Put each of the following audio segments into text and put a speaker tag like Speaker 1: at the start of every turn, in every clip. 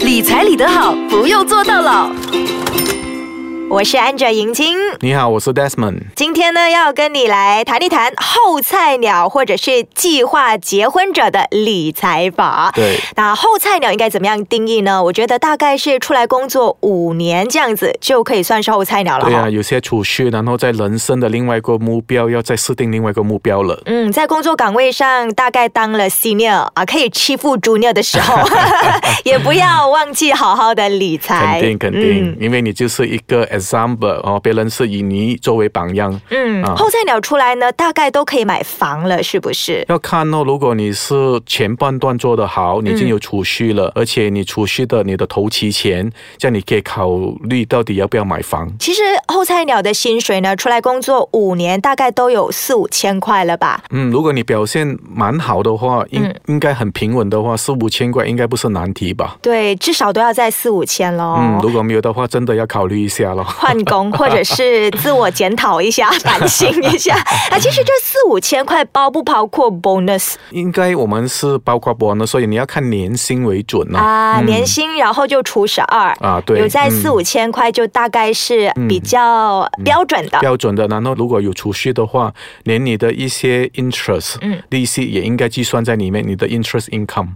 Speaker 1: 理财理得好，不用做到老。我是安哲莹晶，
Speaker 2: 你好，我是 Desmond。
Speaker 1: 今天呢，要跟你来谈一谈后菜鸟或者是计划结婚者的理财法。
Speaker 2: 对，
Speaker 1: 那后菜鸟应该怎么样定义呢？我觉得大概是出来工作5年这样子就可以算是后菜鸟了。
Speaker 2: 对啊，有些储蓄，然后在人生的另外一个目标，要再设定另外一个目标了。
Speaker 1: 在工作岗位上大概当了 senior 啊，可以欺负 junior 的时候，也不要忘记好好的理财。
Speaker 2: 肯定，因为你就是一个 example 哦，别人是以你作为榜样。
Speaker 1: 后菜鸟出来呢，大概都可以买房了，是不是？
Speaker 2: 要看哦，如果你是前半段做得好，你已经有储蓄了，而且你储蓄的你的头期钱，这样你可以考虑到底要不要买房。
Speaker 1: 其实后菜鸟的薪水呢，出来工作5年，大概都有4-5千块了吧？
Speaker 2: 如果你表现蛮好的话，应该很平稳的话，4-5千块应该不是难题吧？
Speaker 1: 对，至少都要在4-5千咯。
Speaker 2: 如果没有的话，真的要考虑一下咯。
Speaker 1: 换工或者是自我检讨一下，反省一下。其实这4-5千块包不包括 bonus？
Speaker 2: 应该我们是包括 bonus， 所以你要看年薪为准
Speaker 1: 年薪然后就除12
Speaker 2: 对，
Speaker 1: 有在4-5千块就大概是比较标准的。
Speaker 2: 然后如果有储蓄的话，连你的一些 interest 利息也应该计算在里面。你的 interest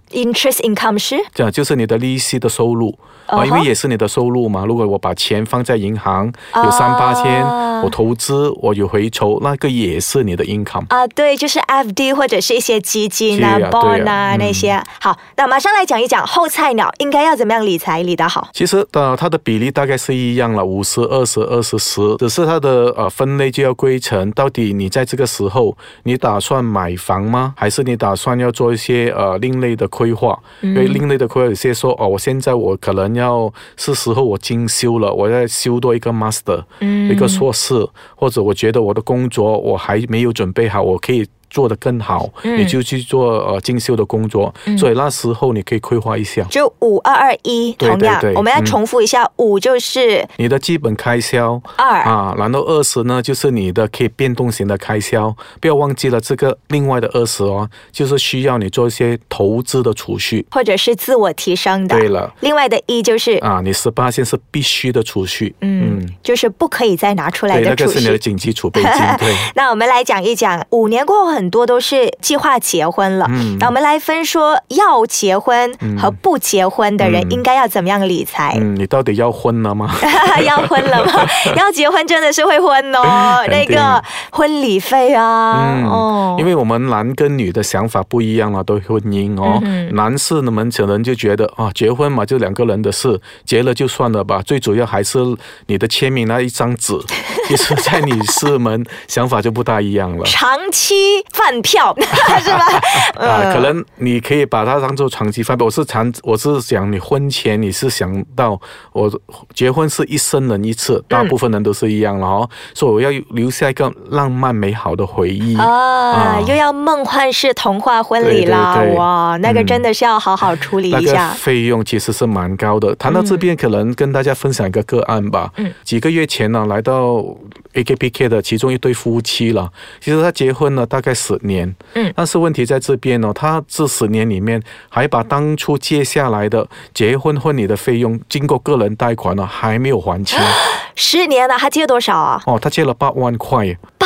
Speaker 2: income
Speaker 1: 是
Speaker 2: 这样，就是你的利息的收入因为也是你的收入嘛。如果我把钱放在银行有3-8千，我投资我有回酬，那个也是你的 income
Speaker 1: 对，就是 FD 或者是一些基金bond 那些。好，那马上来讲一讲后菜鸟应该要怎么样理财理得好。
Speaker 2: 其实它的比例大概是一样了，50-20-20-10，只是它的分类就要归成到底你在这个时候你打算买房吗？还是你打算要做一些另类的规划？因为另类的规划有些说我现在我可能是时候我进修了，我要修多一个 master，一个硕士，或者我觉得我的工作我还没有准备好，我可以做得更好，你就去做进修的工作，所以那时候你可以规划一下。
Speaker 1: 就5-2-2-1，同样我们要重复一下，5就是
Speaker 2: 你的基本开销然后20呢就是你的可以变动型的开销，不要忘记了这个另外的20就是需要你做一些投资的储蓄
Speaker 1: 或者是自我提升的。
Speaker 2: 对了，
Speaker 1: 另外的1就是
Speaker 2: 你18%是必须的储蓄，
Speaker 1: 就是不可以再拿出来的储蓄，
Speaker 2: 对，那个是你的紧急储备金。对，
Speaker 1: 那我们来讲一讲5年过后很多都是计划结婚了，那我们来分说要结婚和不结婚的人应该要怎么样理财。
Speaker 2: 你到底要婚了吗？
Speaker 1: 要婚了吗？要结婚真的是会婚哦，那个婚礼费
Speaker 2: 因为我们男跟女的想法不一样了，对婚姻男士们可能就觉得结婚嘛就2个人的事，结了就算了吧，最主要还是你的签名那一张纸。其实在女士们想法就不大一样了，
Speaker 1: 长期饭票是吧？
Speaker 2: 可能你可以把它当做长期饭票。我是讲你婚前你是想到我结婚是一生人一次，大部分人都是一样了所以我要留下一个浪漫美好的回忆
Speaker 1: 又要梦幻式童话婚礼啦。
Speaker 2: 对
Speaker 1: 哇，那个真的是要好好处理一下，
Speaker 2: 那个费用其实是蛮高的。谈到这边可能跟大家分享一个个案吧。几个月前呢来到AKPK 的其中一对夫妻了，其实他结婚了大概10年，但是问题在这边他这10年里面还把当初借下来的结婚婚礼的费用经过个人贷款还没有还清。
Speaker 1: 10年了，他借多少啊？
Speaker 2: 他借了8万块。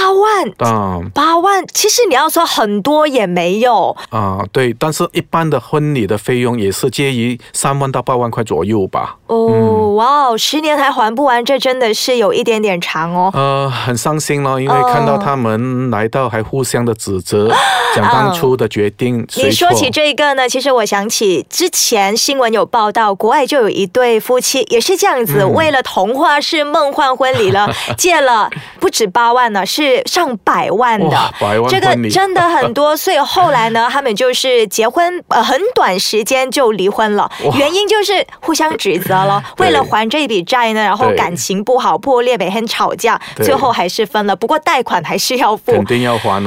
Speaker 1: 8万，其实你要说很多也没有
Speaker 2: 对，但是一般的婚礼的费用也是介于3万到8万块左右吧。
Speaker 1: 哇，10年还还不完，这真的是有一点点长
Speaker 2: 很伤心咯，因为看到他们来到还互相的指责，讲当初的决定谁错。
Speaker 1: 你说起这个呢，其实我想起之前新闻有报道，国外就有一对夫妻也是这样子，为了童话式梦幻婚礼了，借了不止8万呢，是上100万的。
Speaker 2: 100万
Speaker 1: 这个真的很多，所以后来呢，他们就是结婚很短时间就离婚了，原因就是互相指责了，为了还这笔债呢，然后感情不好，破裂，每天吵架，最后还是分了。不过贷款还是要付，
Speaker 2: 肯定要还
Speaker 1: 这就是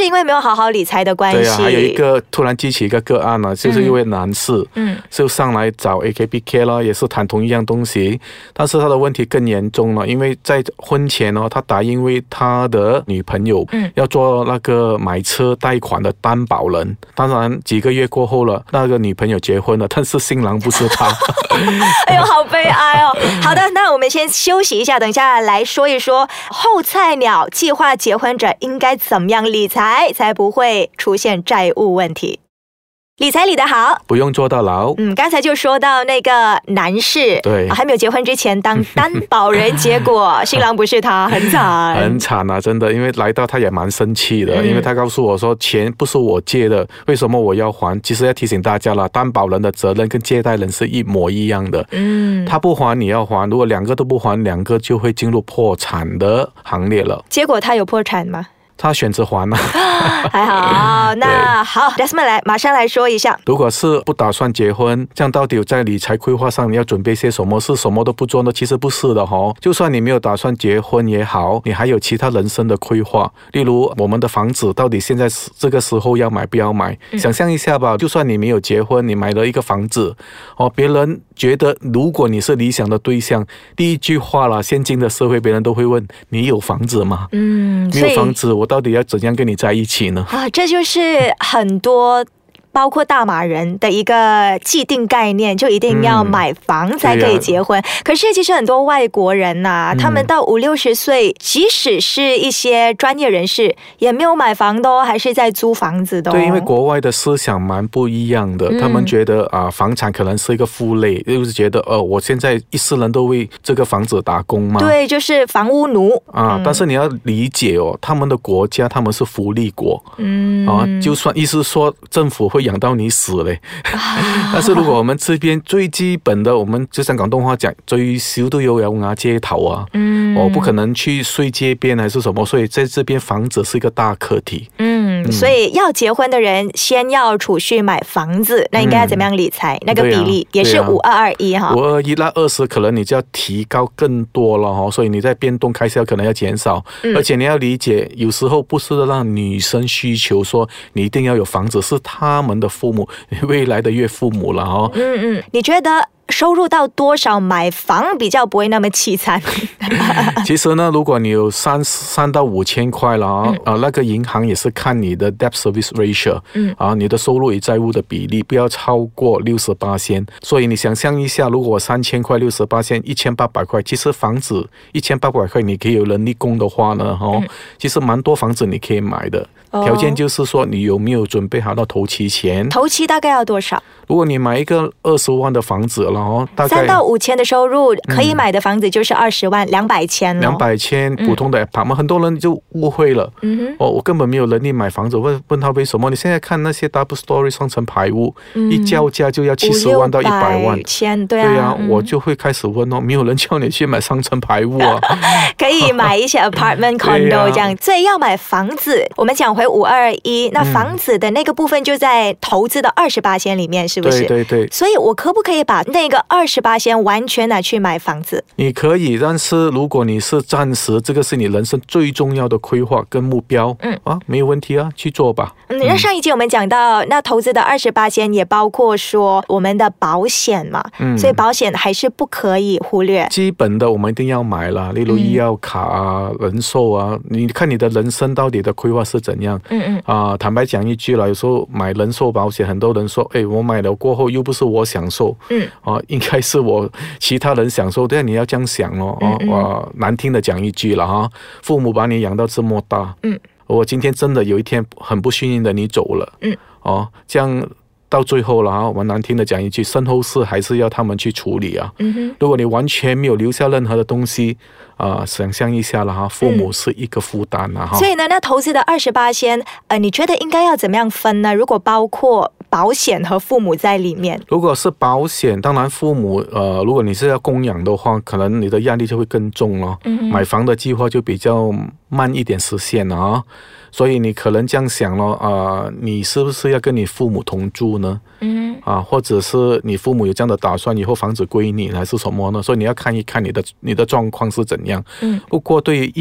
Speaker 1: 因为没有好好理财的关系。
Speaker 2: 对啊，还有一个突然记起一个个案呢，就是一位男士，就上来找 AKPK 了，也是谈同一样东西，但是他的问题更严重了，因为在婚前他答应为他的女朋友要做那个买车贷款的担保人，当然几个月过后了，那个女朋友结婚了，但是新郎不是他。
Speaker 1: 哎呦，好悲哀哦。好的，那我们先休息一下，等一下来说一说后菜鸟计划结婚者应该怎么样理财，才不会出现债务问题。理财理得好，
Speaker 2: 不用坐到牢。
Speaker 1: 刚才就说到那个男士，
Speaker 2: 对，
Speaker 1: 还没有结婚之前当担保人，结果新郎不是他，很惨，
Speaker 2: 很惨啊，真的。因为来到他也蛮生气的，因为他告诉我说钱不是我借的，为什么我要还？其实要提醒大家了，担保人的责任跟借贷人是一模一样的。他不还你要还，如果两个都不还，两个就会进入破产的行列了。
Speaker 1: 结果他有破产吗？
Speaker 2: 他选择还了。
Speaker 1: 还好。那好 Desmond 马上来说一下，
Speaker 2: 如果是不打算结婚，这样到底在理财规划上你要准备些什么？是什么都不做呢？其实不是的就算你没有打算结婚也好，你还有其他人生的规划，例如我们的房子到底现在这个时候要买不要买？想象一下吧，就算你没有结婚，你买了一个房子别人觉得如果你是理想的对象，第一句话啦，现今的社会别人都会问你有房子吗？没有房子我到底要怎样跟你在一起呢？
Speaker 1: 这就是很多包括大马人的一个既定概念，就一定要买房才可以结婚。可是其实很多外国人他们到50-60岁，即使是一些专业人士，也没有买房的还是在租房子的
Speaker 2: 对，因为国外的思想蛮不一样的，他们觉得房产可能是一个负累，就是觉得我现在一世人都为这个房子打工嘛。
Speaker 1: 对，就是房屋奴
Speaker 2: 但是你要理解他们的国家他们是福利国，就算意思说政府会养到你死嘞。但是如果我们这边最基本的，我们就像广东话讲，最少都有牙街頭啊，我不可能去睡街边还是什么，所以在这边房子是一个大课题。
Speaker 1: 所以要结婚的人先要储蓄买房子，那应该要怎么样理财？那个比例也是5221哈。
Speaker 2: 5221那20可能你就要提高更多了所以你在变动开销可能要减少，而且你要理解，有时候不是让女生需求说你一定要有房子，是他们的父母，未来的岳父母了
Speaker 1: 你觉得收入到多少买房比较不会那么凄惨？
Speaker 2: 其实呢，如果你有3到5千块了那个银行也是看你的 debt service ratio，你的收入与债务的比例不要超过68%。所以你想象一下，如果3000块68%，1800块，其实房子1800块你可以有能力供的话呢其实蛮多房子你可以买的。条件就是说你有没有准备好到头期钱？
Speaker 1: 头期大概要多少？
Speaker 2: 如果你买一个20万的房子了大概
Speaker 1: 3到5千的收入可以买的房子就是20万，200千了。
Speaker 2: 200千普通的 apartment，很多人就误会了。我根本没有能力买房子，问他为什么？你现在看那些 double story 双层排屋，一交价就要70万到100万。
Speaker 1: 对啊，
Speaker 2: 我就会开始问没有人叫你去买双层排屋啊。
Speaker 1: 可以买一些 apartment condo 这样。所以要买房子，我们讲回5221，那房子的那个部分就在投资的28%里面，是不是？
Speaker 2: 对。
Speaker 1: 所以我可不可以把那个28%完全拿去买房子？
Speaker 2: 你可以，但是如果你是暂时这个是你人生最重要的规划跟目标，没有问题去做吧。
Speaker 1: 那上一集我们讲到，那投资的28%也包括说我们的保险嘛，所以保险还是不可以忽略。
Speaker 2: 基本的我们一定要买啦，例如医药卡人寿你看你的人生到底的规划是怎样。坦白讲一句啦，有时候买人寿保险，很多人说，我买了过后又不是我享受，应该是我其他人享受，但你要这样想难听的讲一句了父母把你养到这么大，我今天真的有一天很不幸运的你走了，这样到最后了我难听的讲一句，身后事还是要他们去处理如果你完全没有留下任何的东西想象一下了父母是一个负担
Speaker 1: 所以呢，那投资的28%你觉得应该要怎么样分呢？如果包括保险和父母在里面。
Speaker 2: 如果是保险，当然父母如果你是要供养的话，可能你的压力就会更重了。买房的计划就比较慢一点实现所以你可能这样想你是不是要跟你父母同住呢？或者是你父母有这样的打算，以后房子归你还是什么呢？所以你要看一看你的状况是怎样。不过对于一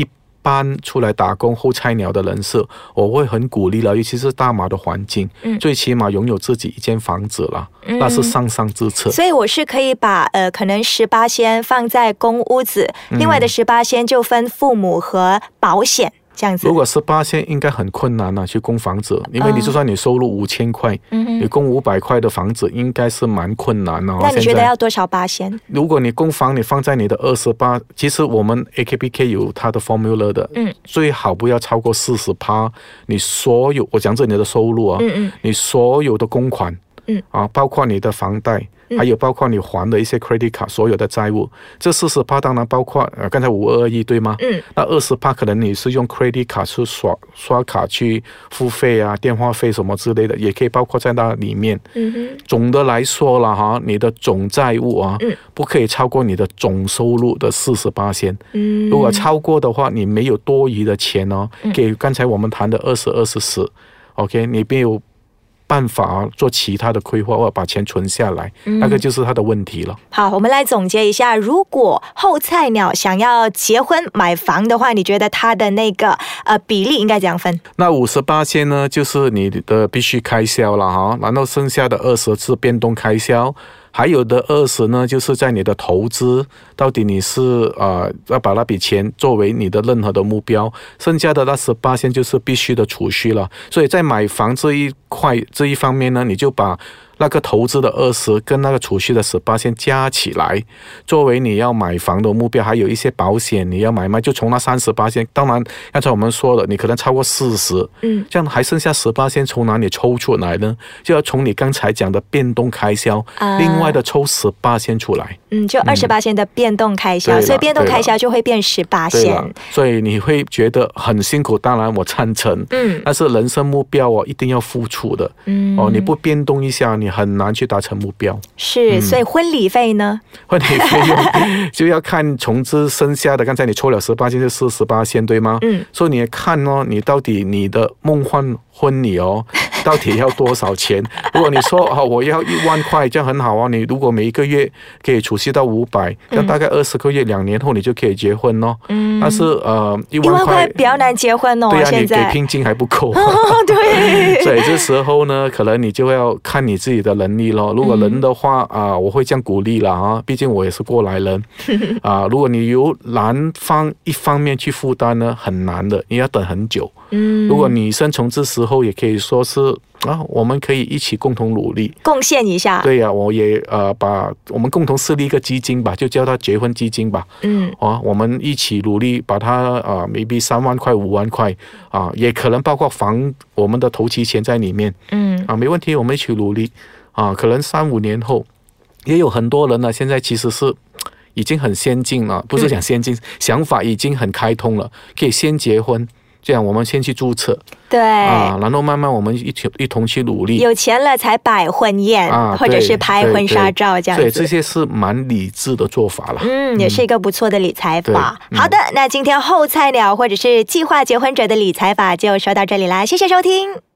Speaker 2: 搬出来打工后菜鸟的人士，我会很鼓励了，尤其是大马的环境，最起码拥有自己一间房子了，那是上之策。
Speaker 1: 所以我是可以把可能18%放在公屋子，另外的18%就分父母和保险。这样子，
Speaker 2: 如果18%应该很困难去供房子，因为你就算你收入5000块，你供500块的房子应该是蛮困难的。
Speaker 1: 那你觉得要多少%？
Speaker 2: 如果你供房你放在你的28%，其实我们 AKPK 有它的 formula 的，最好不要超过40%。你所有，我讲这你的收入啊，你所有的公款，包括你的房贷。还有包括你还的一些 credit card 所有的债务，这40%当然包括刚才521对吗？那20%可能你是用 credit card 去刷卡去付费啊，电话费什么之类的，也可以包括在那里面。总的来说了哈，你的总债务啊，不可以超过你的总收入的40%。如果超过的话，你没有多余的钱哦，给刚才我们谈的20-20-10 ，OK， 你没有办法做其他的规划或者把钱存下来，那个就是他的问题了。
Speaker 1: 好，我们来总结一下，如果后菜鸟想要结婚买房的话，你觉得他的那个比例应该怎样分？
Speaker 2: 那58%呢，就是你的必须开销了哈，然后剩下的20%是变动开销。还有的20%呢，就是在你的投资，到底你是要把那笔钱作为你的任何的目标，剩下的那18%就是必须的储蓄了。所以在买房这一方面呢，你就把那个投资的20%跟那个储蓄的18%加起来，作为你要买房的目标。还有一些保险你要买卖，就从那30%，当然刚才我们说了，你可能超过40%，这样还剩下18%从哪里抽出来呢？就要从你刚才讲的变动开销，另外的抽18%出来。
Speaker 1: 就28%的变动开销，所以变动开销就会变18%。
Speaker 2: 所以你会觉得很辛苦，当然我赞成，但是人生目标一定要付出的，你不变动一下，你很难去达成目标。
Speaker 1: 是，所以婚礼费呢？
Speaker 2: 婚礼费用就要看从这剩下的，刚才你抽了18%就40%，对吗？所以你看你到底你的梦幻婚礼到底要多少钱？如果你说我要1万块，这样很好你如果每一个月可以储蓄到500，这样大概20个月，2年后你就可以结婚但是1万块
Speaker 1: 比较难结婚
Speaker 2: 对啊，
Speaker 1: 现在
Speaker 2: 你给聘金还不够
Speaker 1: 对，
Speaker 2: 所以这时候呢，可能你就要看你自己的能力咯。如果人的话我会这样鼓励了毕竟我也是过来人如果你由男方一方面去负担呢，很难的，你要等很久。如果女生从这时候也可以说是我们可以一起共同努力，
Speaker 1: 贡献一下。
Speaker 2: 对呀，我也把我们共同设立一个基金吧，就叫它结婚基金吧。我们一起努力把它maybe 3万块、5万块也可能包括我们的头期钱在里面。没问题，我们一起努力可能3-5年后，也有很多人呢，现在其实是已经很先进了，不是讲先进，想法已经很开通了，可以先结婚。这样我们先去注册，
Speaker 1: 对
Speaker 2: 然后慢慢我们一同去努力，
Speaker 1: 有钱了才摆婚宴或者是拍婚纱照这样子。
Speaker 2: 对，这些是蛮理智的做法了。
Speaker 1: 也是一个不错的理财法。好的，那今天后菜鸟或者是计划结婚者的理财法就说到这里啦，谢谢收听。